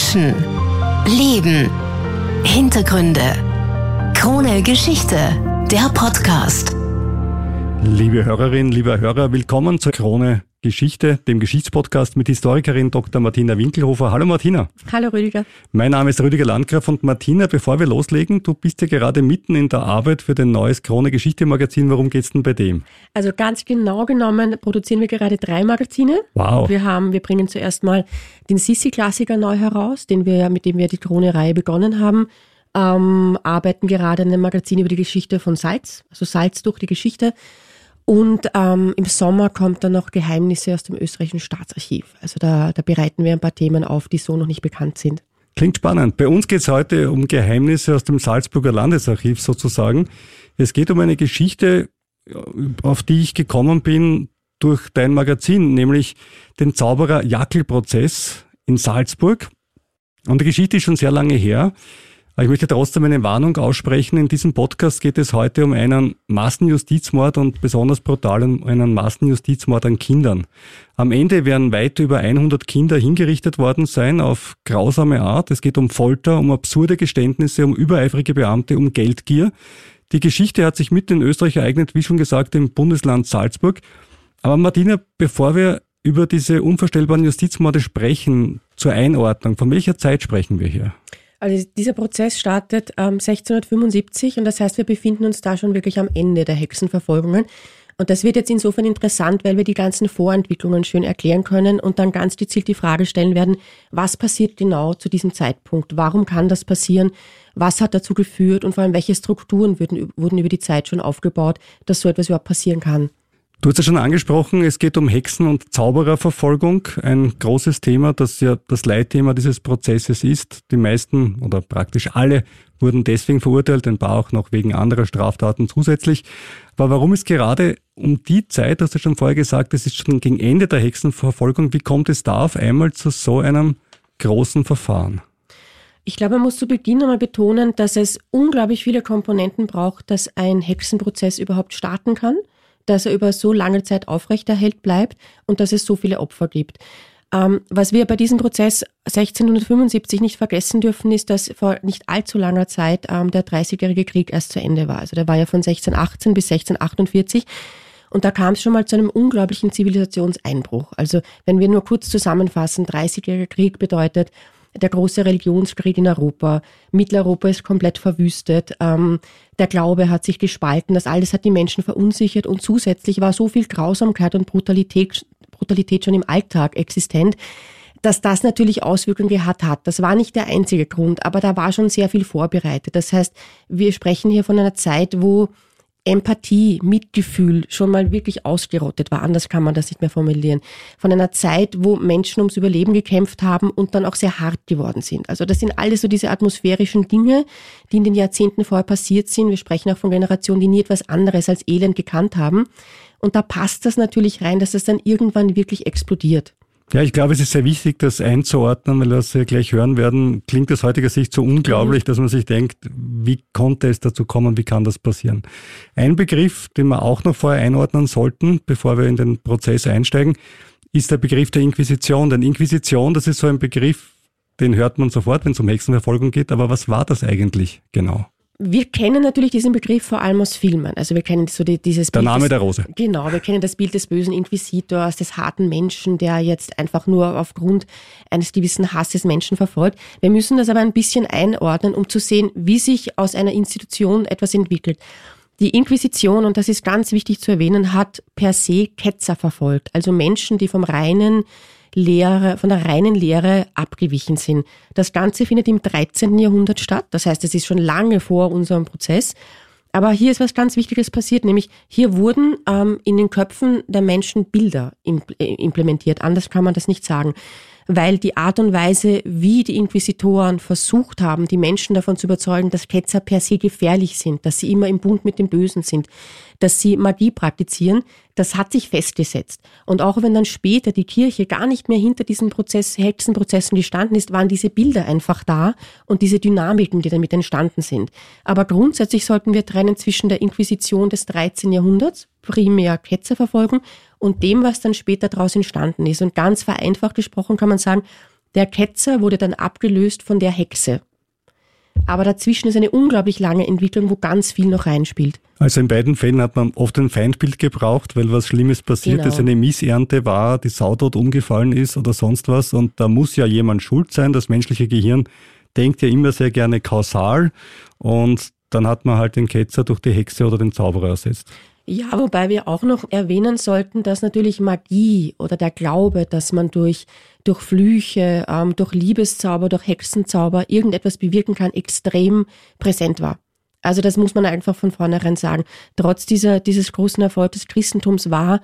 Menschen, Leben, Hintergründe. Krone Geschichte, der Podcast. Liebe Hörerinnen, lieber Hörer, willkommen zur Krone Geschichte, dem Geschichtspodcast mit Historikerin Dr. Martina Winkelhofer. Hallo Martina. Hallo Rüdiger. Mein Name ist Rüdiger Landgraf und Martina, bevor wir loslegen, du bist ja gerade mitten in der Arbeit für dein neues Krone Geschichte Magazin. Worum geht's denn bei dem? Also ganz genau genommen produzieren wir gerade 3 Magazine. Wow. Wir bringen zuerst mal den Sissi-Klassiker neu heraus, mit dem wir die Krone-Reihe begonnen haben. Arbeiten gerade an einem Magazin über die Geschichte von Salz, also Salz durch die Geschichte. Und im Sommer kommt dann noch Geheimnisse aus dem österreichischen Staatsarchiv. Also da bereiten wir ein paar Themen auf, die so noch nicht bekannt sind. Klingt spannend. Bei uns geht es heute um Geheimnisse aus dem Salzburger Landesarchiv sozusagen. Es geht um eine Geschichte, auf die ich gekommen bin durch dein Magazin, nämlich den Zauberer-Jackel-Prozess in Salzburg. Und die Geschichte ist schon sehr lange her. Aber ich möchte trotzdem eine Warnung aussprechen. In diesem Podcast geht es heute um einen Massenjustizmord und besonders brutal um einen Massenjustizmord an Kindern. Am Ende werden weit über 100 Kinder hingerichtet worden sein auf grausame Art. Es geht um Folter, um absurde Geständnisse, um übereifrige Beamte, um Geldgier. Die Geschichte hat sich mitten in Österreich ereignet, wie schon gesagt, im Bundesland Salzburg. Aber Martina, bevor wir über diese unvorstellbaren Justizmorde sprechen, zur Einordnung, von welcher Zeit sprechen wir hier? Also dieser Prozess startet 1675 und das heißt, wir befinden uns da schon wirklich am Ende der Hexenverfolgungen. Und das wird jetzt insofern interessant, weil wir die ganzen Vorentwicklungen schön erklären können und dann ganz gezielt die Frage stellen werden, was passiert genau zu diesem Zeitpunkt? Warum kann das passieren? Was hat dazu geführt? Und vor allem, welche Strukturen wurden über die Zeit schon aufgebaut, dass so etwas überhaupt passieren kann? Du hast ja schon angesprochen, es geht um Hexen- und Zaubererverfolgung, ein großes Thema, das ja das Leitthema dieses Prozesses ist. Die meisten oder praktisch alle wurden deswegen verurteilt, ein paar auch noch wegen anderer Straftaten zusätzlich. Aber warum ist gerade um die Zeit, hast du schon vorher gesagt, es ist schon gegen Ende der Hexenverfolgung, wie kommt es da auf einmal zu so einem großen Verfahren? Ich glaube, man muss zu Beginn einmal betonen, dass es unglaublich viele Komponenten braucht, dass ein Hexenprozess überhaupt starten kann, dass er über so lange Zeit aufrechterhält bleibt und dass es so viele Opfer gibt. Was wir bei diesem Prozess 1675 nicht vergessen dürfen, ist, dass vor nicht allzu langer Zeit der 30-jährige Krieg erst zu Ende war. Also der war ja von 1618 bis 1648 und da kam es schon mal zu einem unglaublichen Zivilisationseinbruch. Also wenn wir nur kurz zusammenfassen, 30-jähriger Krieg bedeutet, der große Religionskrieg in Europa, Mitteleuropa ist komplett verwüstet, der Glaube hat sich gespalten, das alles hat die Menschen verunsichert und zusätzlich war so viel Grausamkeit und Brutalität schon im Alltag existent, dass das natürlich Auswirkungen gehabt hat. Das war nicht der einzige Grund, aber da war schon sehr viel vorbereitet. Das heißt, wir sprechen hier von einer Zeit, wo Empathie, Mitgefühl schon mal wirklich ausgerottet war. Anders kann man das nicht mehr formulieren. Von einer Zeit, wo Menschen ums Überleben gekämpft haben und dann auch sehr hart geworden sind. Also das sind alles so diese atmosphärischen Dinge, die in den Jahrzehnten vorher passiert sind. Wir sprechen auch von Generationen, die nie etwas anderes als Elend gekannt haben. Und da passt das natürlich rein, dass das dann irgendwann wirklich explodiert. Ja, ich glaube, es ist sehr wichtig, das einzuordnen, weil wir das ja gleich hören werden. Klingt aus heutiger Sicht so unglaublich, dass man sich denkt, wie konnte es dazu kommen, wie kann das passieren? Ein Begriff, den wir auch noch vorher einordnen sollten, bevor wir in den Prozess einsteigen, ist der Begriff der Inquisition. Denn Inquisition, das ist so ein Begriff, den hört man sofort, wenn es um Hexenverfolgung geht. Aber was war das eigentlich genau? Wir kennen natürlich diesen Begriff vor allem aus Filmen. Also wir kennen so dieses Der Name der Rose. Genau, wir kennen das Bild des bösen Inquisitors, des harten Menschen, der jetzt einfach nur aufgrund eines gewissen Hasses Menschen verfolgt. Wir müssen das aber ein bisschen einordnen, um zu sehen, wie sich aus einer Institution etwas entwickelt. Die Inquisition, und das ist ganz wichtig zu erwähnen, hat per se Ketzer verfolgt. Also Menschen, die von der reinen Lehre abgewichen sind. Das Ganze findet im 13. Jahrhundert statt. Das heißt, es ist schon lange vor unserem Prozess. Aber hier ist was ganz Wichtiges passiert, nämlich hier wurden in den Köpfen der Menschen Bilder implementiert. Anders kann man das nicht sagen. Weil die Art und Weise, wie die Inquisitoren versucht haben, die Menschen davon zu überzeugen, dass Ketzer per se gefährlich sind, dass sie immer im Bund mit dem Bösen sind, dass sie Magie praktizieren, das hat sich festgesetzt. Und auch wenn dann später die Kirche gar nicht mehr hinter diesen Hexenprozessen gestanden ist, waren diese Bilder einfach da und diese Dynamiken, die damit entstanden sind. Aber grundsätzlich sollten wir trennen zwischen der Inquisition des 13. Jahrhunderts, primär Ketzerverfolgung, und dem, was dann später daraus entstanden ist. Und ganz vereinfacht gesprochen kann man sagen, Der Ketzer wurde dann abgelöst von der Hexe. Aber dazwischen ist eine unglaublich lange Entwicklung, wo ganz viel noch reinspielt. Also in beiden Fällen hat man oft ein Feindbild gebraucht, weil was Schlimmes passiert ist, eine Missernte war, die Sau dort umgefallen ist oder sonst was. Und da muss ja jemand schuld sein. Das menschliche Gehirn denkt ja immer sehr gerne kausal. Und dann hat man halt den Ketzer durch die Hexe oder den Zauberer ersetzt. Ja, wobei wir auch noch erwähnen sollten, dass natürlich Magie oder der Glaube, dass man durch Flüche, durch Liebeszauber, durch Hexenzauber irgendetwas bewirken kann, extrem präsent war. Also das muss man einfach von vornherein sagen. Trotz dieses großen Erfolgs des Christentums war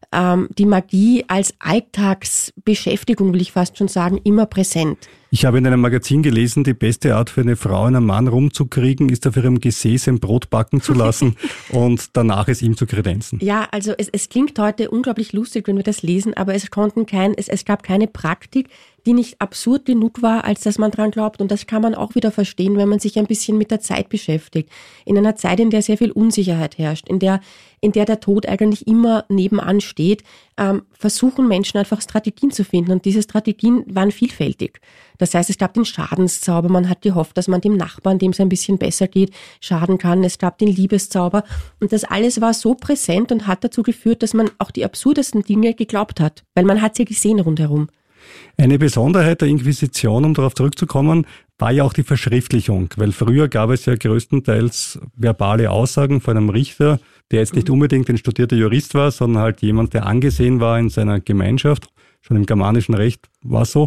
die Magie als Alltagsbeschäftigung, will ich fast schon sagen, immer präsent. Ich habe in einem Magazin gelesen, die beste Art für eine Frau, einen Mann rumzukriegen, ist auf ihrem Gesäß ein Brot backen zu lassen und danach es ihm zu kredenzen. Ja, also es klingt heute unglaublich lustig, wenn wir das lesen, aber es gab keine Praktik, die nicht absurd genug war, als dass man dran glaubt. Und das kann man auch wieder verstehen, wenn man sich ein bisschen mit der Zeit beschäftigt. In einer Zeit, in der sehr viel Unsicherheit herrscht, in der der Tod eigentlich immer nebenan steht, versuchen Menschen einfach Strategien zu finden. Und diese Strategien waren vielfältig. Das heißt, es gab den Schadenszauber, man hat gehofft, dass man dem Nachbarn, dem es ein bisschen besser geht, schaden kann. Es gab den Liebeszauber. Und das alles war so präsent und hat dazu geführt, dass man auch die absurdesten Dinge geglaubt hat. Weil man hat sie gesehen rundherum. Eine Besonderheit der Inquisition, um darauf zurückzukommen, war ja auch die Verschriftlichung, weil früher gab es ja größtenteils verbale Aussagen von einem Richter, der jetzt nicht unbedingt ein studierter Jurist war, sondern halt jemand, der angesehen war in seiner Gemeinschaft, schon im germanischen Recht war so.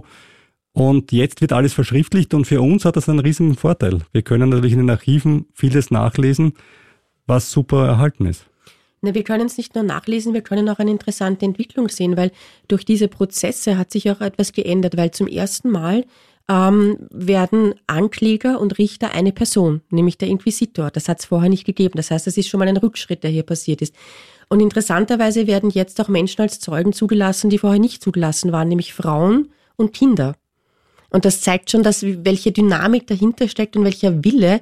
Und jetzt wird alles verschriftlicht und für uns hat das einen riesigen Vorteil. Wir können natürlich in den Archiven vieles nachlesen, was super erhalten ist. Na, wir können es nicht nur nachlesen, wir können auch eine interessante Entwicklung sehen, weil durch diese Prozesse hat sich auch etwas geändert, weil zum ersten Mal werden Ankläger und Richter eine Person, nämlich der Inquisitor. Das hat es vorher nicht gegeben. Das heißt, das ist schon mal ein Rückschritt, der hier passiert ist. Und interessanterweise werden jetzt auch Menschen als Zeugen zugelassen, die vorher nicht zugelassen waren, nämlich Frauen und Kinder. Und das zeigt schon, dass welche Dynamik dahinter steckt und welcher Wille,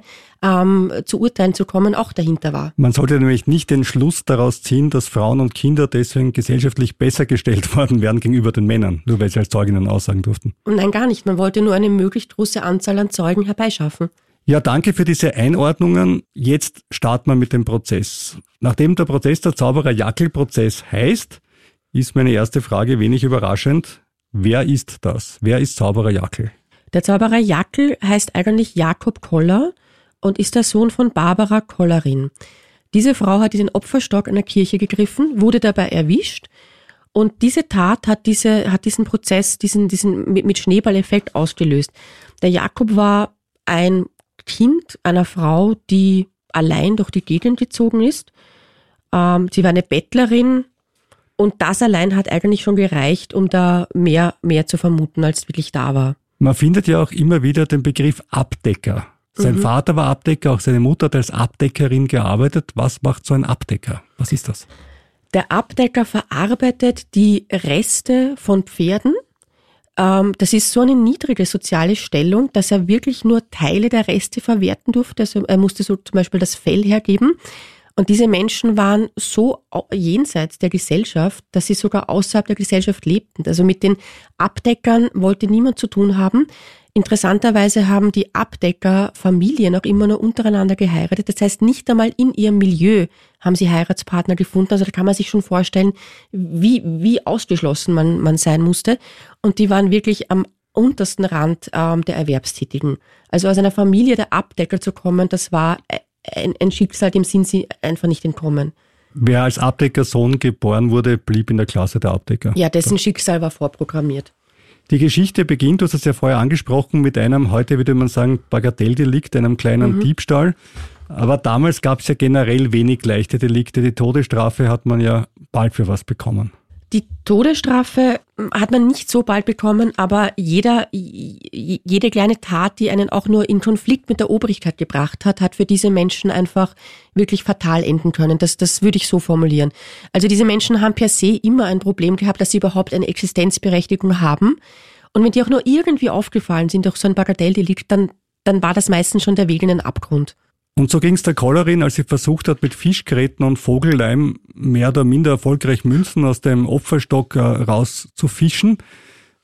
zu Urteilen zu kommen, auch dahinter war. Man sollte nämlich nicht den Schluss daraus ziehen, dass Frauen und Kinder deswegen gesellschaftlich besser gestellt worden wären gegenüber den Männern, nur weil sie als Zeuginnen aussagen durften. Nein, gar nicht. Man wollte nur eine möglichst große Anzahl an Zeugen herbeischaffen. Ja, danke für diese Einordnungen. Jetzt starten wir mit dem Prozess. Nachdem der Prozess der Zauberer-Jackel-Prozess heißt, ist meine erste Frage wenig überraschend. Wer ist das? Wer ist Zauberer Jackel? Der Zauberer Jackel heißt eigentlich Jakob Koller und ist der Sohn von Barbara Kollerin. Diese Frau hat in den Opferstock einer Kirche gegriffen, wurde dabei erwischt und diese Tat hat diesen Prozess, diesen mit Schneeballeffekt ausgelöst. Der Jakob war ein Kind einer Frau, die allein durch die Gegend gezogen ist. Sie war eine Bettlerin. Und das allein hat eigentlich schon gereicht, um da mehr zu vermuten, als wirklich da war. Man findet ja auch immer wieder den Begriff Abdecker. Sein Vater war Abdecker, auch seine Mutter hat als Abdeckerin gearbeitet. Was macht so ein Abdecker? Was ist das? Der Abdecker verarbeitet die Reste von Pferden. Das ist so eine niedrige soziale Stellung, dass er wirklich nur Teile der Reste verwerten durfte. Also er musste so zum Beispiel das Fell hergeben. Und diese Menschen waren so jenseits der Gesellschaft, dass sie sogar außerhalb der Gesellschaft lebten. Also mit den Abdeckern wollte niemand zu tun haben. Interessanterweise haben die Abdecker-Familien auch immer nur untereinander geheiratet. Das heißt, nicht einmal in ihrem Milieu haben sie Heiratspartner gefunden. Also da kann man sich schon vorstellen, wie ausgeschlossen man sein musste. Und die waren wirklich am untersten Rand der Erwerbstätigen. Also aus einer Familie der Abdecker zu kommen, das war ein Schicksal, dem sind sie einfach nicht entkommen. Wer als Abdeckersohn geboren wurde, blieb in der Klasse der Abdecker. Ja, dessen Schicksal war vorprogrammiert. Die Geschichte beginnt, du hast es ja vorher angesprochen, mit einem, heute würde man sagen, Bagatelldelikt, einem kleinen Diebstahl. Aber damals gab es ja generell wenig leichte Delikte. Die Todesstrafe hat man ja bald für was bekommen. Die Todesstrafe hat man nicht so bald bekommen, aber jede kleine Tat, die einen auch nur in Konflikt mit der Obrigkeit gebracht hat, hat für diese Menschen einfach wirklich fatal enden können. Das würde ich so formulieren. Also diese Menschen haben per se immer ein Problem gehabt, dass sie überhaupt eine Existenzberechtigung haben. Und wenn die auch nur irgendwie aufgefallen sind durch so ein Bagatelldelikt, dann war das meistens schon der Weg in den Abgrund. Und so ging es der Kollerin, als sie versucht hat, mit Fischgräten und Vogelleim mehr oder minder erfolgreich Münzen aus dem Opferstock rauszufischen.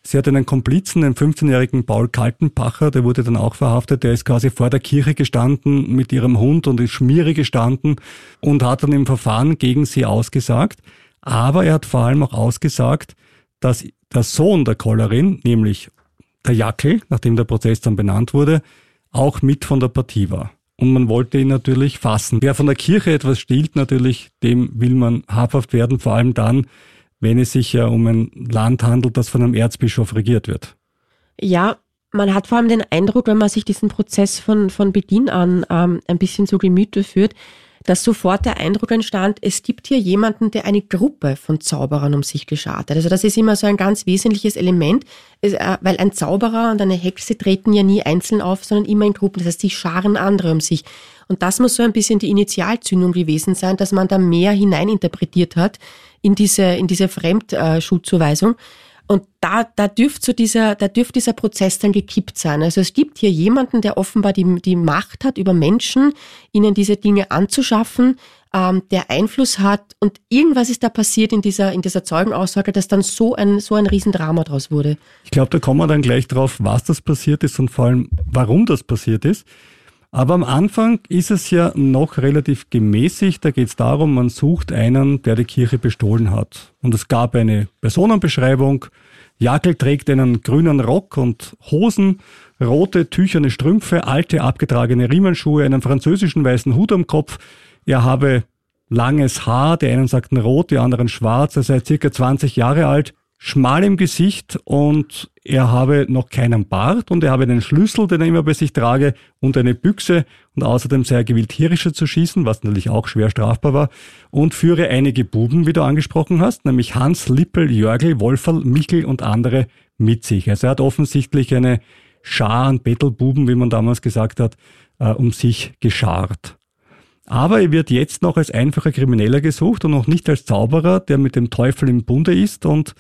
Sie hat einen Komplizen, den 15-jährigen Paul Kaltenbacher, der wurde dann auch verhaftet, der ist quasi vor der Kirche gestanden mit ihrem Hund und ist Schmiere gestanden und hat dann im Verfahren gegen sie ausgesagt. Aber er hat vor allem auch ausgesagt, dass der Sohn der Kollerin, nämlich der Jackel, nachdem der Prozess dann benannt wurde, auch mit von der Partie war. Und man wollte ihn natürlich fassen. Wer von der Kirche etwas stiehlt, natürlich, dem will man habhaft werden, vor allem dann, wenn es sich ja um ein Land handelt, das von einem Erzbischof regiert wird. Ja, man hat vor allem den Eindruck, wenn man sich diesen Prozess von Beginn an ein bisschen zu Gemüte führt, dass sofort der Eindruck entstand, es gibt hier jemanden, der eine Gruppe von Zauberern um sich geschart hat. Also das ist immer so ein ganz wesentliches Element, weil ein Zauberer und eine Hexe treten ja nie einzeln auf, sondern immer in Gruppen. Das heißt, sie scharen andere um sich. Und das muss so ein bisschen die Initialzündung gewesen sein, dass man da mehr hineininterpretiert hat in diese Fremdschuldzuweisung. Und da dürfte dieser Prozess dann gekippt sein. Also es gibt hier jemanden, der offenbar die Macht hat über Menschen, ihnen diese Dinge anzuschaffen, der Einfluss hat. Und irgendwas ist da passiert in dieser Zeugenaussage, dass dann so ein Riesendrama draus wurde. Ich glaube, da kommen wir dann gleich drauf, was das passiert ist und vor allem, warum das passiert ist. Aber am Anfang ist es ja noch relativ gemäßigt. Da geht es darum, man sucht einen, der die Kirche bestohlen hat. Und es gab eine Personenbeschreibung. Jackel trägt einen grünen Rock und Hosen, rote tücherne Strümpfe, alte abgetragene Riemenschuhe, einen französischen weißen Hut am Kopf. Er habe langes Haar, die einen sagten rot, die anderen schwarz. Er sei circa 20 Jahre alt, schmal im Gesicht und er habe noch keinen Bart und er habe einen Schlüssel, den er immer bei sich trage und eine Büchse und außerdem sei er gewillt, Hirsche zu schießen, was natürlich auch schwer strafbar war und führe einige Buben, wie du angesprochen hast, nämlich Hans, Lippel, Jörgl, Wolferl, Michel und andere mit sich. Also er hat offensichtlich eine Schar an Bettelbuben, wie man damals gesagt hat, um sich geschart. Aber er wird jetzt noch als einfacher Krimineller gesucht und noch nicht als Zauberer, der mit dem Teufel im Bunde ist und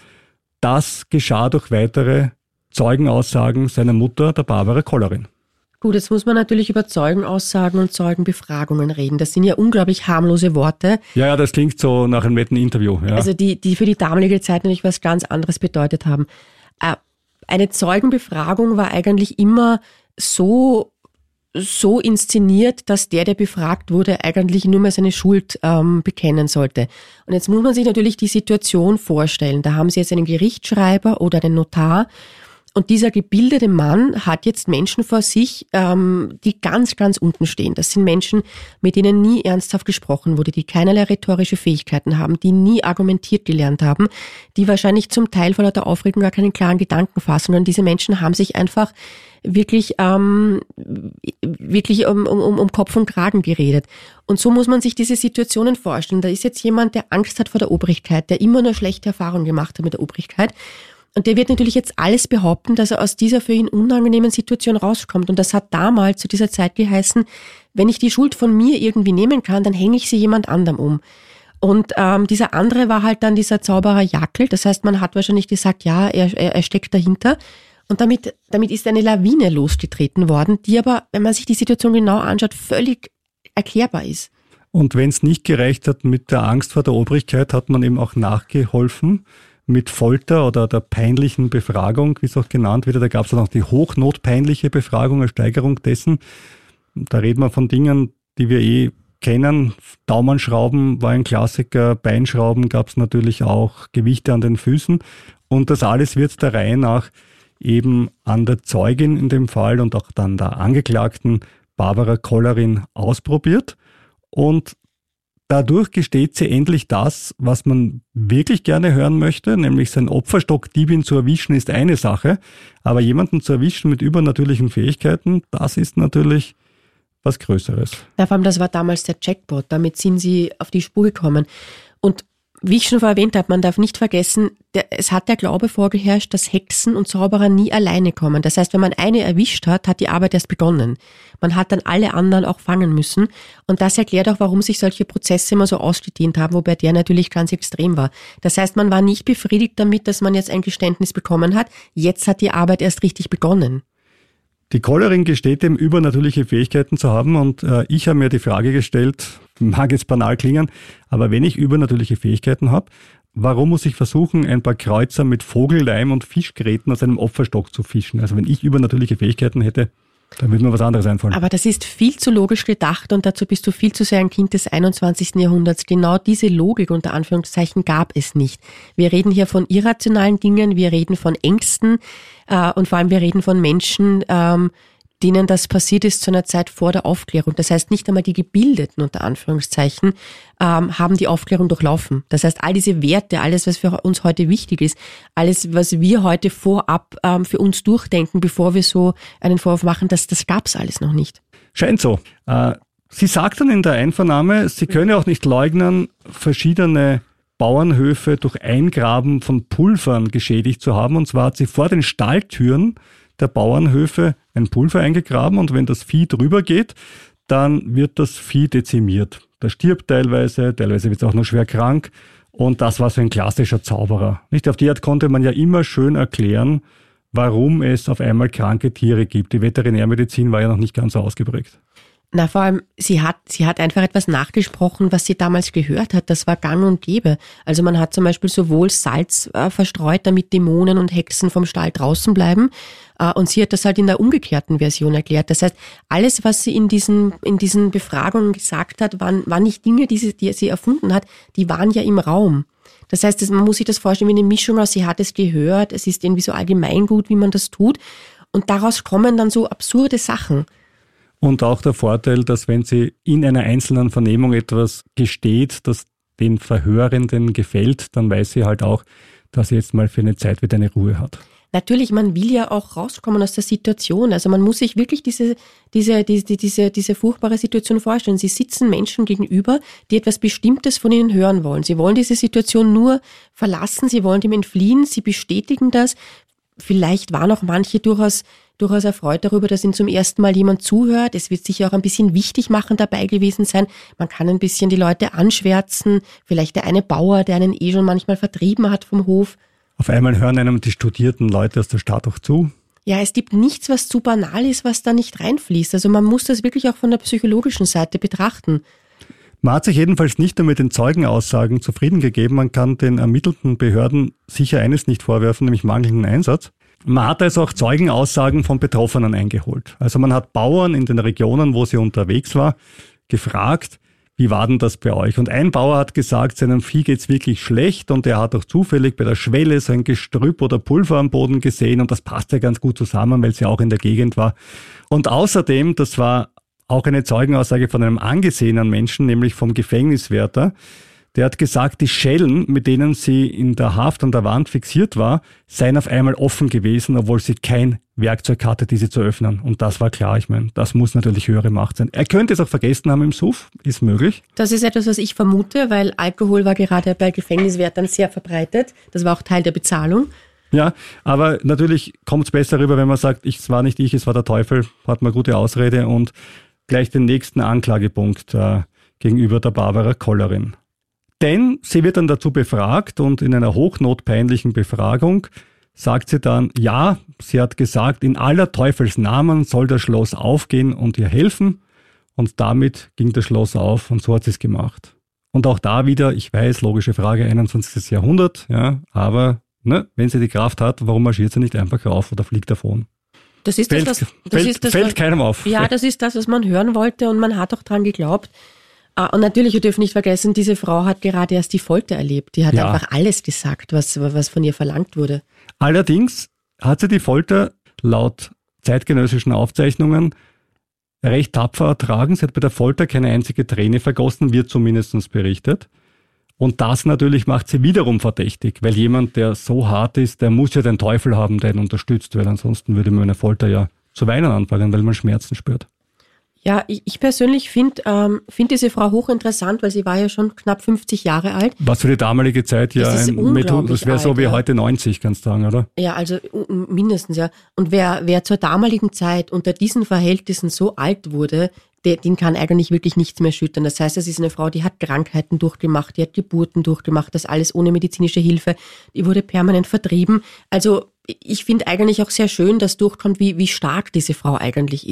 das geschah durch weitere Zeugenaussagen seiner Mutter, der Barbara Kollerin. Gut, jetzt muss man natürlich über Zeugenaussagen und Zeugenbefragungen reden. Das sind ja unglaublich harmlose Worte. Ja, das klingt so nach einem netten Interview. Ja. Also die für die damalige Zeit natürlich was ganz anderes bedeutet haben. Eine Zeugenbefragung war eigentlich immer so inszeniert, dass der befragt wurde, eigentlich nur mehr seine Schuld bekennen sollte. Und jetzt muss man sich natürlich die Situation vorstellen. Da haben Sie jetzt einen Gerichtsschreiber oder einen Notar und dieser gebildete Mann hat jetzt Menschen vor sich, die ganz, ganz unten stehen. Das sind Menschen, mit denen nie ernsthaft gesprochen wurde, die keinerlei rhetorische Fähigkeiten haben, die nie argumentiert gelernt haben, die wahrscheinlich zum Teil vor lauter Aufregung gar keinen klaren Gedanken fassen, sondern diese Menschen haben sich einfach wirklich um Kopf und Kragen geredet. Und so muss man sich diese Situationen vorstellen. Da ist jetzt jemand, der Angst hat vor der Obrigkeit, der immer nur schlechte Erfahrungen gemacht hat mit der Obrigkeit. Und der wird natürlich jetzt alles behaupten, dass er aus dieser für ihn unangenehmen Situation rauskommt. Und das hat damals zu dieser Zeit geheißen, wenn ich die Schuld von mir irgendwie nehmen kann, dann hänge ich sie jemand anderem um. Und dieser andere war halt dann dieser Zauberer Jackel. Das heißt, man hat wahrscheinlich gesagt, ja, er steckt dahinter. Und damit ist eine Lawine losgetreten worden, die aber, wenn man sich die Situation genau anschaut, völlig erklärbar ist. Und wenn es nicht gereicht hat mit der Angst vor der Obrigkeit, hat man eben auch nachgeholfen mit Folter oder der peinlichen Befragung, wie es auch genannt wird. Da gab es dann auch die hochnotpeinliche Befragung als Steigerung dessen. Da reden wir von Dingen, die wir kennen. Daumenschrauben war ein Klassiker, Beinschrauben gab es natürlich auch, Gewichte an den Füßen. Und das alles wird der Reihe nach eben an der Zeugin in dem Fall und auch dann der Angeklagten Barbara Kollerin ausprobiert. Und dadurch gesteht sie endlich das, was man wirklich gerne hören möchte, nämlich sein Opferstockdiebin zu erwischen ist eine Sache, aber jemanden zu erwischen mit übernatürlichen Fähigkeiten, das ist natürlich was Größeres. Ja, vor allem das war damals der Jackpot, damit sind sie auf die Spur gekommen. Und wie ich schon vorher erwähnt habe, man darf nicht vergessen, es hat der Glaube vorgeherrscht, dass Hexen und Zauberer nie alleine kommen. Das heißt, wenn man eine erwischt hat, hat die Arbeit erst begonnen. Man hat dann alle anderen auch fangen müssen. Und das erklärt auch, warum sich solche Prozesse immer so ausgedehnt haben, wobei der natürlich ganz extrem war. Das heißt, man war nicht befriedigt damit, dass man jetzt ein Geständnis bekommen hat. Jetzt hat die Arbeit erst richtig begonnen. Die Kollerin gesteht ihm, übernatürliche Fähigkeiten zu haben und ich habe mir die Frage gestellt, mag jetzt banal klingen, aber wenn ich übernatürliche Fähigkeiten habe, warum muss ich versuchen, ein paar Kreuzer mit Vogelleim und Fischgräten aus einem Opferstock zu fischen? Also wenn ich übernatürliche Fähigkeiten hätte, dann würde mir was anderes einfallen. Aber das ist viel zu logisch gedacht und dazu bist du viel zu sehr ein Kind des 21. Jahrhunderts. Genau diese Logik unter Anführungszeichen gab es nicht. Wir reden hier von irrationalen Dingen, wir reden von Ängsten und vor allem wir reden von Menschen, denen das passiert ist zu einer Zeit vor der Aufklärung. Das heißt, nicht einmal die Gebildeten unter Anführungszeichen haben die Aufklärung durchlaufen. Das heißt, all diese Werte, alles, was für uns heute wichtig ist, alles, was wir heute vorab für uns durchdenken, bevor wir so einen Vorwurf machen, das gab's alles noch nicht. Scheint so. Sie sagt dann in der Einvernahme, sie könne auch nicht leugnen, verschiedene Bauernhöfe durch Eingraben von Pulvern geschädigt zu haben. Und zwar hat sie vor den Stalltüren der Bauernhöfe ein Pulver eingegraben und wenn das Vieh drüber geht, dann wird das Vieh dezimiert. Das stirbt teilweise wird es auch noch schwer krank und das war so ein klassischer Zauberer. Nicht? Auf die Art konnte man ja immer schön erklären, warum es auf einmal kranke Tiere gibt. Die Veterinärmedizin war ja noch nicht ganz so ausgeprägt. Na, vor allem, sie hat einfach etwas nachgesprochen, was sie damals gehört hat. Das war gang und gäbe. Also man hat zum Beispiel sowohl Salz verstreut, damit Dämonen und Hexen vom Stall draußen bleiben. Und sie hat das halt in der umgekehrten Version erklärt. Das heißt, alles, was sie in diesen Befragungen gesagt hat, waren nicht Dinge, die sie erfunden hat, die waren ja im Raum. Das heißt, man muss sich das vorstellen wie eine Mischung aus, sie hat es gehört, es ist irgendwie so allgemeingut, wie man das tut. Und daraus kommen dann so absurde Sachen. Und auch der Vorteil, dass wenn sie in einer einzelnen Vernehmung etwas gesteht, das den Verhörenden gefällt, dann weiß sie halt auch, dass sie jetzt mal für eine Zeit wieder eine Ruhe hat. Natürlich, man will ja auch rauskommen aus der Situation. Also man muss sich wirklich diese furchtbare Situation vorstellen. Sie sitzen Menschen gegenüber, die etwas Bestimmtes von ihnen hören wollen. Sie wollen diese Situation nur verlassen, sie wollen dem entfliehen, sie bestätigen das. Vielleicht waren auch manche durchaus erfreut darüber, dass ihnen zum ersten Mal jemand zuhört. Es wird sicher auch ein bisschen wichtig machen dabei gewesen sein. Man kann ein bisschen die Leute anschwärzen. Vielleicht der eine Bauer, der einen schon manchmal vertrieben hat vom Hof. Auf einmal hören einem die studierten Leute aus der Stadt auch zu. Ja, es gibt nichts, was zu banal ist, was da nicht reinfließt. Also man muss das wirklich auch von der psychologischen Seite betrachten. Man hat sich jedenfalls nicht nur mit den Zeugenaussagen zufrieden gegeben. Man kann den ermittelnden Behörden sicher eines nicht vorwerfen, nämlich mangelnden Einsatz. Man hat also auch Zeugenaussagen von Betroffenen eingeholt. Also man hat Bauern in den Regionen, wo sie unterwegs war, gefragt, wie war denn das bei euch? Und ein Bauer hat gesagt, seinem Vieh geht's wirklich schlecht und er hat auch zufällig bei der Schwelle so ein Gestrüpp oder Pulver am Boden gesehen und das passt ja ganz gut zusammen, weil sie auch in der Gegend war. Und außerdem, das war auch eine Zeugenaussage von einem angesehenen Menschen, nämlich vom Gefängniswärter, der hat gesagt, die Schellen, mit denen sie in der Haft an der Wand fixiert war, seien auf einmal offen gewesen, obwohl sie kein Werkzeug hatte, diese zu öffnen. Und das war klar, ich meine, das muss natürlich höhere Macht sein. Er könnte es auch vergessen haben im Suff, ist möglich. Das ist etwas, was ich vermute, weil Alkohol war gerade bei Gefängniswärtern sehr verbreitet. Das war auch Teil der Bezahlung. Ja, aber natürlich kommt es besser rüber, wenn man sagt, es war nicht ich, es war der Teufel, hat man gute Ausrede und gleich den nächsten Anklagepunkt gegenüber der Barbara Kollerin. Denn sie wird dann dazu befragt und in einer hochnotpeinlichen Befragung sagt sie dann, ja, sie hat gesagt, in aller Teufels Namen soll das Schloss aufgehen und ihr helfen. Und damit ging das Schloss auf und so hat sie es gemacht. Und auch da wieder, ich weiß, logische Frage, 21. Jahrhundert, ja, aber wenn sie die Kraft hat, warum marschiert sie nicht einfach rauf oder fliegt davon? Das ist fällt keinem auf. Ja, das ist das, was man hören wollte und man hat auch dran geglaubt. Und natürlich, wir dürfen nicht vergessen, diese Frau hat gerade erst die Folter erlebt. Die hat einfach alles gesagt, was von ihr verlangt wurde. Allerdings hat sie die Folter laut zeitgenössischen Aufzeichnungen recht tapfer ertragen. Sie hat bei der Folter keine einzige Träne vergossen, wird zumindest berichtet. Und das natürlich macht sie wiederum verdächtig, weil jemand, der so hart ist, der muss ja den Teufel haben, der ihn unterstützt, weil ansonsten würde man eine Folter ja zu weinen anfangen, weil man Schmerzen spürt. Ja, ich persönlich finde diese Frau hochinteressant, weil sie war ja schon knapp 50 Jahre alt. Was für die damalige Zeit ja das wäre so wie heute 90, kannst du sagen, oder? Ja, also mindestens, ja. Und wer zur damaligen Zeit unter diesen Verhältnissen so alt wurde, den kann eigentlich wirklich nichts mehr schüttern. Das heißt, es ist eine Frau, die hat Krankheiten durchgemacht, die hat Geburten durchgemacht, das alles ohne medizinische Hilfe. Die wurde permanent vertrieben. Also ich finde eigentlich auch sehr schön, dass durchkommt, wie stark diese Frau eigentlich ist.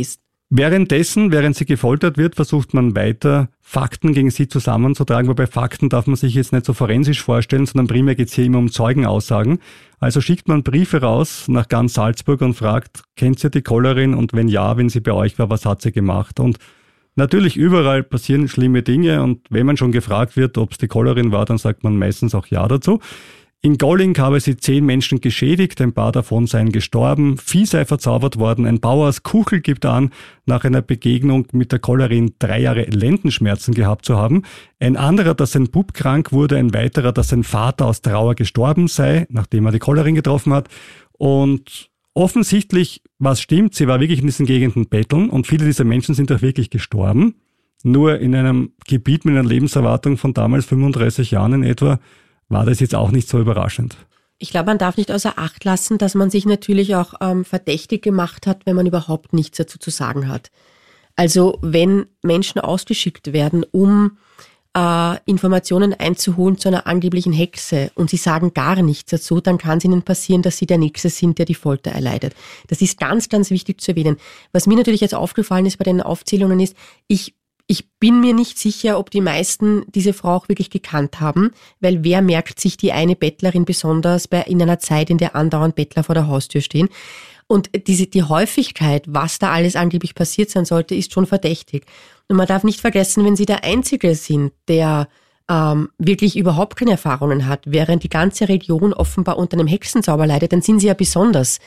Während sie gefoltert wird, versucht man weiter Fakten gegen sie zusammenzutragen, wobei Fakten darf man sich jetzt nicht so forensisch vorstellen, sondern primär geht es hier immer um Zeugenaussagen. Also schickt man Briefe raus nach ganz Salzburg und fragt, kennt ihr die Kollerin und wenn ja, wenn sie bei euch war, was hat sie gemacht? Und natürlich überall passieren schlimme Dinge und wenn man schon gefragt wird, ob es die Kollerin war, dann sagt man meistens auch ja dazu. In Golling habe sie 10 Menschen geschädigt, ein paar davon seien gestorben, Vieh sei verzaubert worden, ein Bauer aus Kuchel gibt an, nach einer Begegnung mit der Kollerin 3 Jahre Lendenschmerzen gehabt zu haben, ein anderer, dass sein Bub krank wurde, ein weiterer, dass sein Vater aus Trauer gestorben sei, nachdem er die Kollerin getroffen hat und offensichtlich, was stimmt, sie war wirklich in diesen Gegenden betteln und viele dieser Menschen sind auch wirklich gestorben, nur in einem Gebiet mit einer Lebenserwartung von damals 35 Jahren in etwa, war das jetzt auch nicht so überraschend. Ich glaube, man darf nicht außer Acht lassen, dass man sich natürlich auch verdächtig gemacht hat, wenn man überhaupt nichts dazu zu sagen hat. Also wenn Menschen ausgeschickt werden, um Informationen einzuholen zu einer angeblichen Hexe und sie sagen gar nichts dazu, dann kann es ihnen passieren, dass sie der Nächste sind, der die Folter erleidet. Das ist ganz, ganz wichtig zu erwähnen. Was mir natürlich jetzt aufgefallen ist bei den Aufzählungen ist, ich bin mir nicht sicher, ob die meisten diese Frau auch wirklich gekannt haben, weil wer merkt sich die eine Bettlerin besonders in einer Zeit, in der andauernd Bettler vor der Haustür stehen. Und die Häufigkeit, was da alles angeblich passiert sein sollte, ist schon verdächtig. Und man darf nicht vergessen, wenn sie der Einzige sind, der wirklich überhaupt keine Erfahrungen hat, während die ganze Region offenbar unter einem Hexenzauber leidet, dann sind sie ja besonders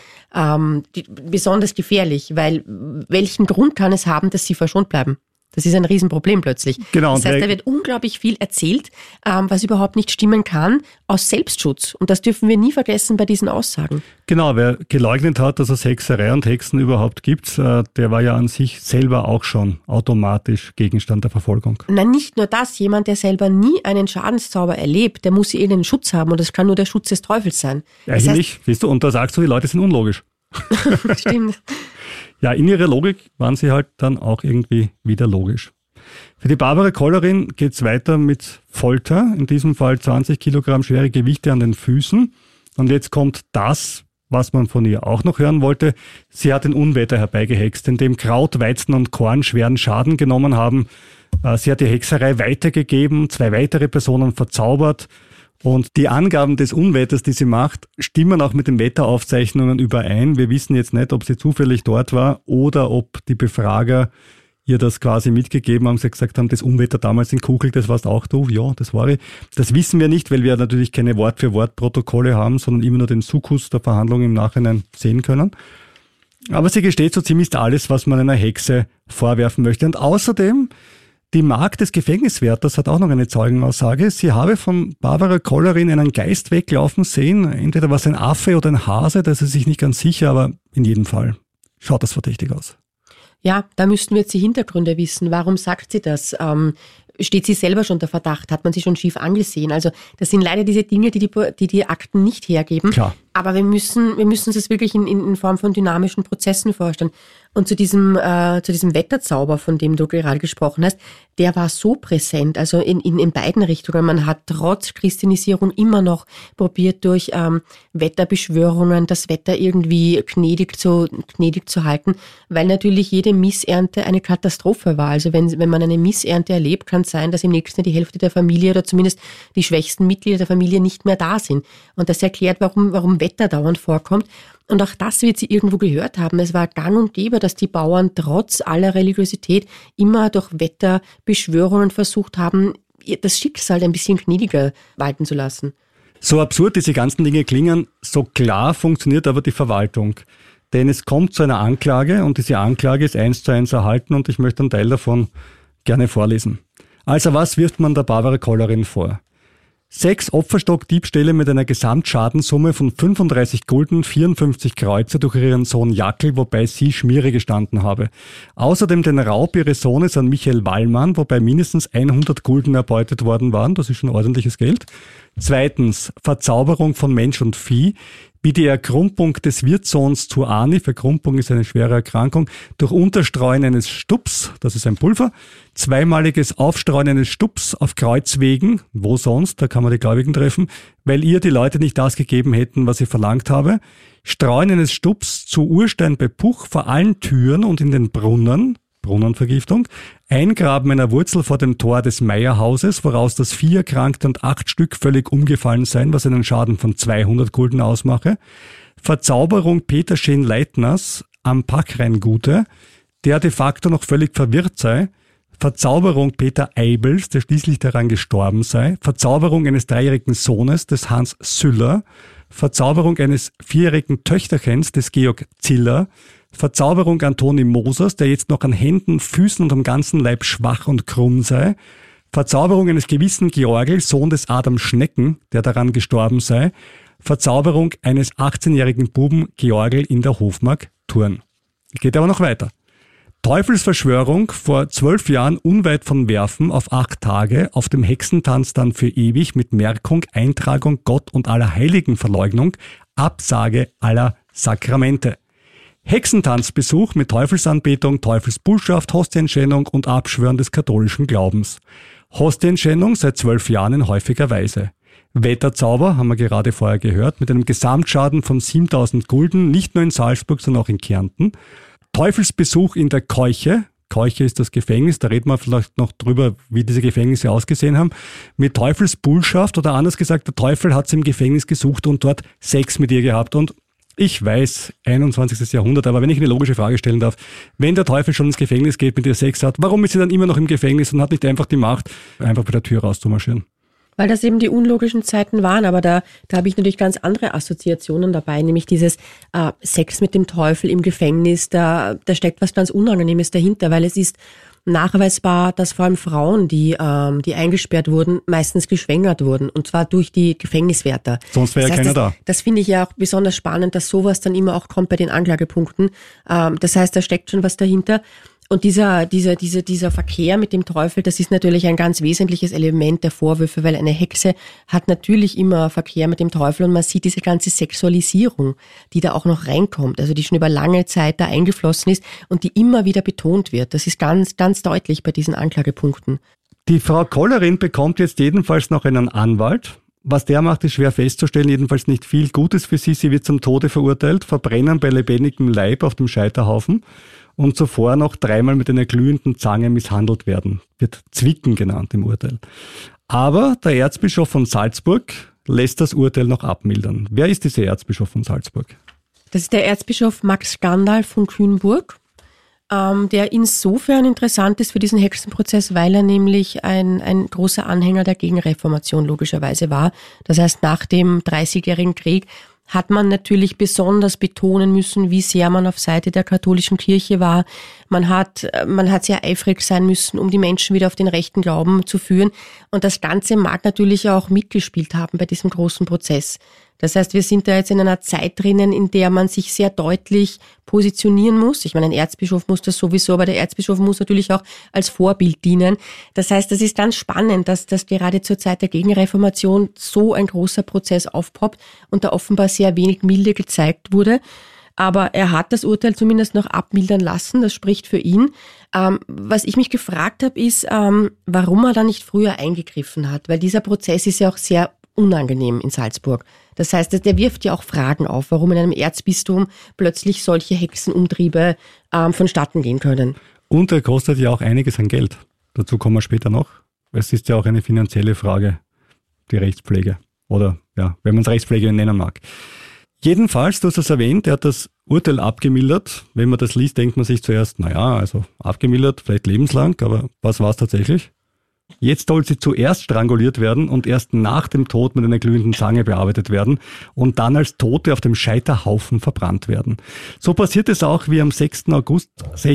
gefährlich, weil welchen Grund kann es haben, dass sie verschont bleiben? Das ist ein Riesenproblem plötzlich. Genau. Das heißt, da wird unglaublich viel erzählt, was überhaupt nicht stimmen kann, aus Selbstschutz. Und das dürfen wir nie vergessen bei diesen Aussagen. Genau, wer geleugnet hat, dass es Hexerei und Hexen überhaupt gibt, der war ja an sich selber auch schon automatisch Gegenstand der Verfolgung. Nein, nicht nur das. Jemand, der selber nie einen Schadenszauber erlebt, der muss irgendeinen Schutz haben und das kann nur der Schutz des Teufels sein. Eigentlich, siehst du, und da sagst du, die Leute sind unlogisch. Stimmt. Ja, in ihrer Logik waren sie halt dann auch irgendwie wieder logisch. Für die Barbara Kollerin geht's weiter mit Folter, in diesem Fall 20 Kilogramm schwere Gewichte an den Füßen. Und jetzt kommt das, was man von ihr auch noch hören wollte. Sie hat ein Unwetter herbeigehext, in dem Kraut, Weizen und Korn schweren Schaden genommen haben. Sie hat die Hexerei weitergegeben, 2 weitere Personen verzaubert. Und die Angaben des Unwetters, die sie macht, stimmen auch mit den Wetteraufzeichnungen überein. Wir wissen jetzt nicht, ob sie zufällig dort war oder ob die Befrager ihr das quasi mitgegeben haben, sie gesagt haben, das Unwetter damals in Kuchel, das warst auch du? Ja, das war ich. Das wissen wir nicht, weil wir natürlich keine Wort-für-Wort-Protokolle haben, sondern immer nur den Sukkus der Verhandlung im Nachhinein sehen können. Aber sie gesteht so ziemlich alles, was man einer Hexe vorwerfen möchte. Und außerdem, die Magd des Gefängniswärters hat auch noch eine Zeugenaussage. Sie habe von Barbara Kollerin einen Geist weglaufen sehen. Entweder war es ein Affe oder ein Hase, da ist sie sich nicht ganz sicher, aber in jedem Fall schaut das verdächtig aus. Ja, da müssten wir jetzt die Hintergründe wissen. Warum sagt sie das? Steht sie selber schon unter Verdacht? Hat man sie schon schief angesehen? Also das sind leider diese Dinge, die Akten nicht hergeben. Klar. Aber wir müssen uns das wirklich in Form von dynamischen Prozessen vorstellen. Und zu diesem Wetterzauber, von dem du gerade gesprochen hast, der war so präsent, also in beiden Richtungen. Man hat trotz Christianisierung immer noch probiert, durch Wetterbeschwörungen das Wetter irgendwie gnädig zu halten, weil natürlich jede Missernte eine Katastrophe war. Also wenn man eine Missernte erlebt, kann es sein, dass im nächsten Jahr die Hälfte der Familie oder zumindest die schwächsten Mitglieder der Familie nicht mehr da sind. Und das erklärt, warum Wetter dauernd vorkommt. Und auch das wird sie irgendwo gehört haben. Es war gang und gäbe, dass die Bauern trotz aller Religiosität immer durch Wetterbeschwörungen versucht haben, das Schicksal ein bisschen gnädiger walten zu lassen. So absurd diese ganzen Dinge klingen, so klar funktioniert aber die Verwaltung. Denn es kommt zu einer Anklage und diese Anklage ist 1:1 erhalten und ich möchte einen Teil davon gerne vorlesen. Also was wirft man der Barbara Kollerin vor? 6 Opferstockdiebstähle mit einer Gesamtschadenssumme von 35 Gulden, 54 Kreuzer durch ihren Sohn Jackel, wobei sie Schmiere gestanden habe. Außerdem den Raub ihres Sohnes an Michael Wallmann, wobei mindestens 100 Gulden erbeutet worden waren. Das ist schon ordentliches Geld. 2. Verzauberung von Mensch und Vieh. wie die Erkrumpung des Wirtssohns zu Ani, Verkrumpung ist eine schwere Erkrankung, durch Unterstreuen eines Stups, das ist ein Pulver, zweimaliges Aufstreuen eines Stups auf Kreuzwegen, wo sonst, da kann man die Gläubigen treffen, weil ihr die Leute nicht das gegeben hätten, was ihr verlangt habe, Streuen eines Stups zu Urstein bei Puch vor allen Türen und in den Brunnen, Brunnenvergiftung, Eingraben einer Wurzel vor dem Tor des Meierhauses, woraus das 4 Erkrankte und 8 Stück völlig umgefallen seien, was einen Schaden von 200 Gulden ausmache. Verzauberung Peterschen Leitners am Packrheingute, der de facto noch völlig verwirrt sei. Verzauberung Peter Eibels, der schließlich daran gestorben sei. Verzauberung eines 3-jährigen Sohnes des Hans Süller. Verzauberung eines 4-jährigen Töchterchens des Georg Ziller. Verzauberung Antoni Mosers, der jetzt noch an Händen, Füßen und am ganzen Leib schwach und krumm sei. Verzauberung eines gewissen Georgel, Sohn des Adam Schnecken, der daran gestorben sei. Verzauberung eines 18-jährigen Buben, Georgel in der Hofmark Thurn. Geht aber noch weiter. Teufelsverschwörung vor 12 Jahren unweit von Werfen auf 8 Tage, auf dem Hexentanz dann für ewig mit Merkung, Eintragung Gott und aller Heiligenverleugnung, Absage aller Sakramente. Hexentanzbesuch mit Teufelsanbetung, Teufelsbullschaft, Hostienschändung und Abschwören des katholischen Glaubens. Hostienschändung seit 12 Jahren in häufiger Weise. Wetterzauber, haben wir gerade vorher gehört, mit einem Gesamtschaden von 7.000 Gulden, nicht nur in Salzburg, sondern auch in Kärnten. Teufelsbesuch in der Keuche. Keuche ist das Gefängnis, da reden wir vielleicht noch drüber, wie diese Gefängnisse ausgesehen haben. Mit Teufelsbullschaft oder anders gesagt, der Teufel hat sie im Gefängnis gesucht und dort Sex mit ihr gehabt. Und ich weiß, 21. Jahrhundert, aber wenn ich eine logische Frage stellen darf, wenn der Teufel schon ins Gefängnis geht, mit ihr Sex hat, warum ist sie dann immer noch im Gefängnis und hat nicht einfach die Macht, einfach bei der Tür rauszumarschieren? Weil das eben die unlogischen Zeiten waren, aber da habe ich natürlich ganz andere Assoziationen dabei, nämlich dieses Sex mit dem Teufel im Gefängnis, da steckt was ganz Unangenehmes dahinter, weil es ist nachweisbar, dass vor allem Frauen, die eingesperrt wurden, meistens geschwängert wurden, und zwar durch die Gefängniswärter. Sonst wäre ja keiner da. Das finde ich ja auch besonders spannend, dass sowas dann immer auch kommt bei den Anklagepunkten. Das heißt, da steckt schon was dahinter. Und dieser Verkehr mit dem Teufel, das ist natürlich ein ganz wesentliches Element der Vorwürfe, weil eine Hexe hat natürlich immer Verkehr mit dem Teufel und man sieht diese ganze Sexualisierung, die da auch noch reinkommt, also die schon über lange Zeit da eingeflossen ist und die immer wieder betont wird. Das ist ganz, ganz deutlich bei diesen Anklagepunkten. Die Frau Kollerin bekommt jetzt jedenfalls noch einen Anwalt. Was der macht, ist schwer festzustellen, jedenfalls nicht viel Gutes für sie. Sie wird zum Tode verurteilt, verbrennen bei lebendigem Leib auf dem Scheiterhaufen und zuvor noch 3-mal mit einer glühenden Zange misshandelt werden. Wird Zwicken genannt im Urteil. Aber der Erzbischof von Salzburg lässt das Urteil noch abmildern. Wer ist dieser Erzbischof von Salzburg? Das ist der Erzbischof Max Gandalf von Kühnburg, der insofern interessant ist für diesen Hexenprozess, weil er nämlich ein großer Anhänger der Gegenreformation logischerweise war. Das heißt, nach dem 30-jährigen Krieg hat man natürlich besonders betonen müssen, wie sehr man auf Seite der katholischen Kirche war. Man hat sehr eifrig sein müssen, um die Menschen wieder auf den rechten Glauben zu führen. Und das Ganze mag natürlich auch mitgespielt haben bei diesem großen Prozess. Das heißt, wir sind da jetzt in einer Zeit drinnen, in der man sich sehr deutlich positionieren muss. Ich meine, ein Erzbischof muss das sowieso, aber der Erzbischof muss natürlich auch als Vorbild dienen. Das heißt, das ist ganz spannend, dass gerade zur Zeit der Gegenreformation so ein großer Prozess aufpoppt und da offenbar sehr wenig Milde gezeigt wurde. Aber er hat das Urteil zumindest noch abmildern lassen, das spricht für ihn. Was ich mich gefragt habe, ist, warum er da nicht früher eingegriffen hat, weil dieser Prozess ist ja auch sehr unangenehm in Salzburg. Das heißt, der wirft ja auch Fragen auf, warum in einem Erzbistum plötzlich solche Hexenumtriebe vonstatten gehen können. Und er kostet ja auch einiges an Geld. Dazu kommen wir später noch. Es ist ja auch eine finanzielle Frage, die Rechtspflege. Oder ja, wenn man es Rechtspflege nennen mag. Jedenfalls, du hast es erwähnt, er hat das Urteil abgemildert. Wenn man das liest, denkt man sich zuerst, also abgemildert, vielleicht lebenslang, aber was war es tatsächlich? Jetzt soll sie zuerst stranguliert werden und erst nach dem Tod mit einer glühenden Zange bearbeitet werden und dann als Tote auf dem Scheiterhaufen verbrannt werden. So passiert es auch, wie am 6. August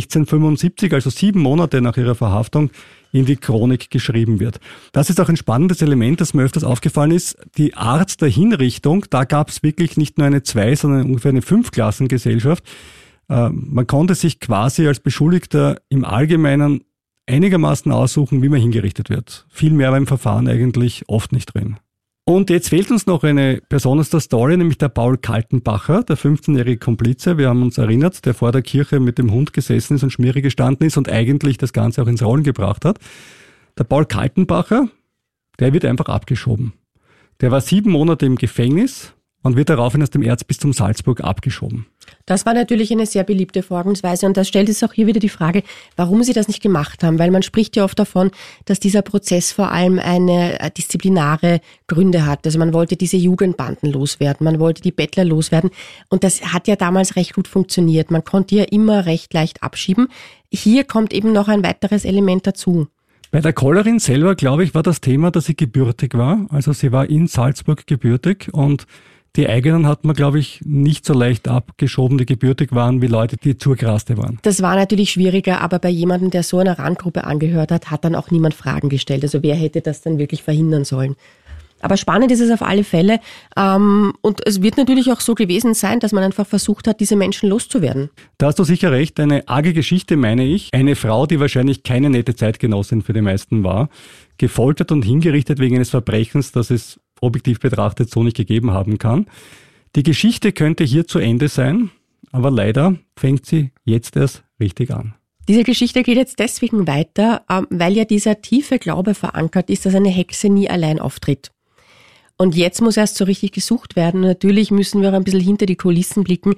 1675, also 7 Monate nach ihrer Verhaftung, in die Chronik geschrieben wird. Das ist auch ein spannendes Element, das mir öfters aufgefallen ist. Die Art der Hinrichtung, da gab es wirklich nicht nur eine 2, sondern ungefähr eine 5-Klassengesellschaft. Man konnte sich quasi als Beschuldigter im Allgemeinen einigermaßen aussuchen, wie man hingerichtet wird. Viel mehr war im Verfahren eigentlich oft nicht drin. Und jetzt fehlt uns noch eine Person aus der Story, nämlich der Paul Kaltenbacher, der 15-jährige Komplize. Wir haben uns erinnert, der vor der Kirche mit dem Hund gesessen ist und schmierig gestanden ist und eigentlich das Ganze auch ins Rollen gebracht hat. Der Paul Kaltenbacher, der wird einfach abgeschoben. Der war 7 Monate im Gefängnis und wird daraufhin aus dem Erzbistum Salzburg abgeschoben. Das war natürlich eine sehr beliebte Vorgehensweise und da stellt es auch hier wieder die Frage, warum sie das nicht gemacht haben, weil man spricht ja oft davon, dass dieser Prozess vor allem eine disziplinare Gründe hat. Also man wollte diese Jugendbanden loswerden, man wollte die Bettler loswerden und das hat ja damals recht gut funktioniert. Man konnte ja immer recht leicht abschieben. Hier kommt eben noch ein weiteres Element dazu. Bei der Kollerin selber, glaube ich, war das Thema, dass sie gebürtig war. Also sie war in Salzburg gebürtig und die eigenen hat man, glaube ich, nicht so leicht abgeschoben, die gebürtig waren, wie Leute, die Zugraste waren. Das war natürlich schwieriger, aber bei jemandem, der so einer Randgruppe angehört hat dann auch niemand Fragen gestellt. Also wer hätte das dann wirklich verhindern sollen? Aber spannend ist es auf alle Fälle. Und es wird natürlich auch so gewesen sein, dass man einfach versucht hat, diese Menschen loszuwerden. Da hast du sicher recht. Eine arge Geschichte, meine ich. Eine Frau, die wahrscheinlich keine nette Zeitgenossin für die meisten war, gefoltert und hingerichtet wegen eines Verbrechens, das es objektiv betrachtet so nicht gegeben haben kann. Die Geschichte könnte hier zu Ende sein, aber leider fängt sie jetzt erst richtig an. Diese Geschichte geht jetzt deswegen weiter, weil ja dieser tiefe Glaube verankert ist, dass eine Hexe nie allein auftritt. Und jetzt muss erst so richtig gesucht werden. Und natürlich müssen wir auch ein bisschen hinter die Kulissen blicken.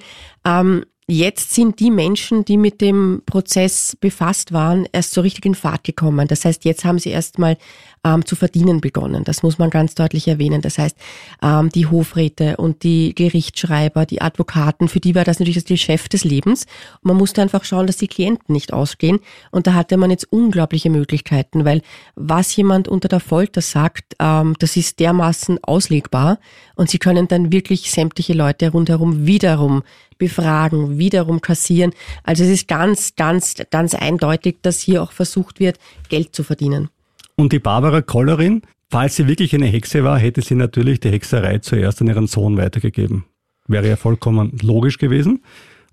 Jetzt sind die Menschen, die mit dem Prozess befasst waren, erst so richtig in Fahrt gekommen. Das heißt, jetzt haben sie erst mal zu verdienen begonnen. Das muss man ganz deutlich erwähnen. Das heißt, die Hofräte und die Gerichtsschreiber, die Advokaten, für die war das natürlich das Geschäft des Lebens. Und man musste einfach schauen, dass die Klienten nicht ausgehen. Und da hatte man jetzt unglaubliche Möglichkeiten, weil was jemand unter der Folter sagt, das ist dermaßen auslegbar. Und sie können dann wirklich sämtliche Leute rundherum wiederum befragen, wiederum kassieren. Also es ist ganz, ganz, ganz eindeutig, dass hier auch versucht wird, Geld zu verdienen. Und die Barbara Kollerin, falls sie wirklich eine Hexe war, hätte sie natürlich die Hexerei zuerst an ihren Sohn weitergegeben. Wäre ja vollkommen logisch gewesen.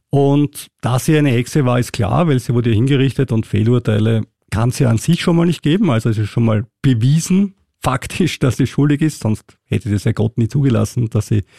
Und dass sie eine Hexe war, ist klar, weil sie wurde hingerichtet und Fehlurteile kann sie an sich schon mal nicht geben. Also es ist schon mal bewiesen, faktisch, dass sie schuldig ist. Sonst hätte das ja Gott nie zugelassen, dass sie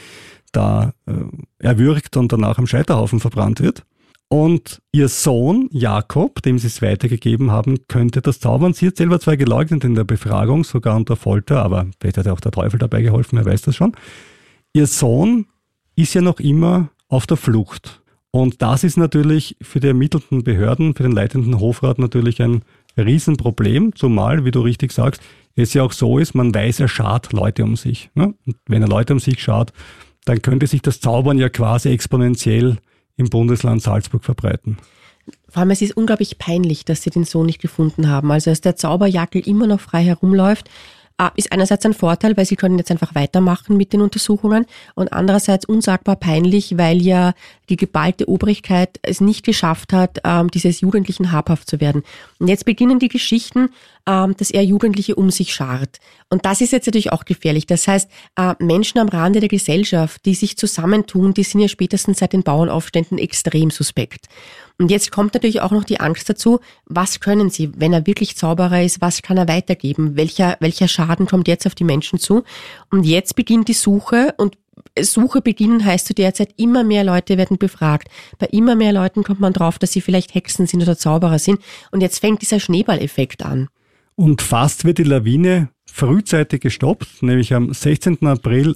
da erwürgt und danach am Scheiterhaufen verbrannt wird. Und ihr Sohn Jakob, dem sie es weitergegeben haben, könnte das zaubern. Sie hat selber zwar geleugnet in der Befragung, sogar unter Folter, aber vielleicht hat auch der Teufel dabei geholfen, wer weiß das schon. Ihr Sohn ist ja noch immer auf der Flucht. Und das ist natürlich für die ermittelnden Behörden, für den leitenden Hofrat natürlich ein Riesenproblem, zumal, wie du richtig sagst, es ja auch so ist, man weiß, er schart Leute um sich. Ne? Und wenn er Leute um sich schart, dann könnte sich das Zaubern ja quasi exponentiell im Bundesland Salzburg verbreiten. Vor allem, es ist unglaublich peinlich, dass sie den Sohn nicht gefunden haben. Also, dass der Zauberjackel immer noch frei herumläuft, ist einerseits ein Vorteil, weil sie können jetzt einfach weitermachen mit den Untersuchungen und andererseits unsagbar peinlich, weil ja die geballte Obrigkeit es nicht geschafft hat, dieses Jugendlichen habhaft zu werden. Und jetzt beginnen die Geschichten, dass er Jugendliche um sich schart. Und das ist jetzt natürlich auch gefährlich. Das heißt, Menschen am Rande der Gesellschaft, die sich zusammentun, die sind ja spätestens seit den Bauernaufständen extrem suspekt. Und jetzt kommt natürlich auch noch die Angst dazu, was können sie, wenn er wirklich Zauberer ist, was kann er weitergeben, welcher Schaden kommt jetzt auf die Menschen zu. Und jetzt beginnt die Suche und Suche beginnen heißt zu der Zeit, immer mehr Leute werden befragt. Bei immer mehr Leuten kommt man drauf, dass sie vielleicht Hexen sind oder Zauberer sind. Und jetzt fängt dieser Schneeballeffekt an. Und fast wird die Lawine frühzeitig gestoppt, nämlich am 16. April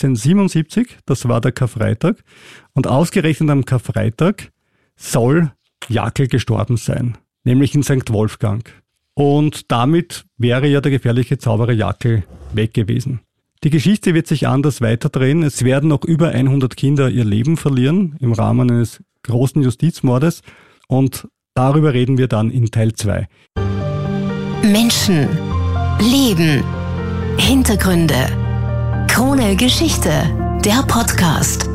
1677, das war der Karfreitag. Und ausgerechnet am Karfreitag soll Jakel gestorben sein, nämlich in St. Wolfgang. Und damit wäre ja der gefährliche Zauberer Jakel weg gewesen. Die Geschichte wird sich anders weiterdrehen. Es werden noch über 100 Kinder ihr Leben verlieren im Rahmen eines großen Justizmordes. Und darüber reden wir dann in Teil 2. Menschen, Leben, Hintergründe, Krone Geschichte, der Podcast.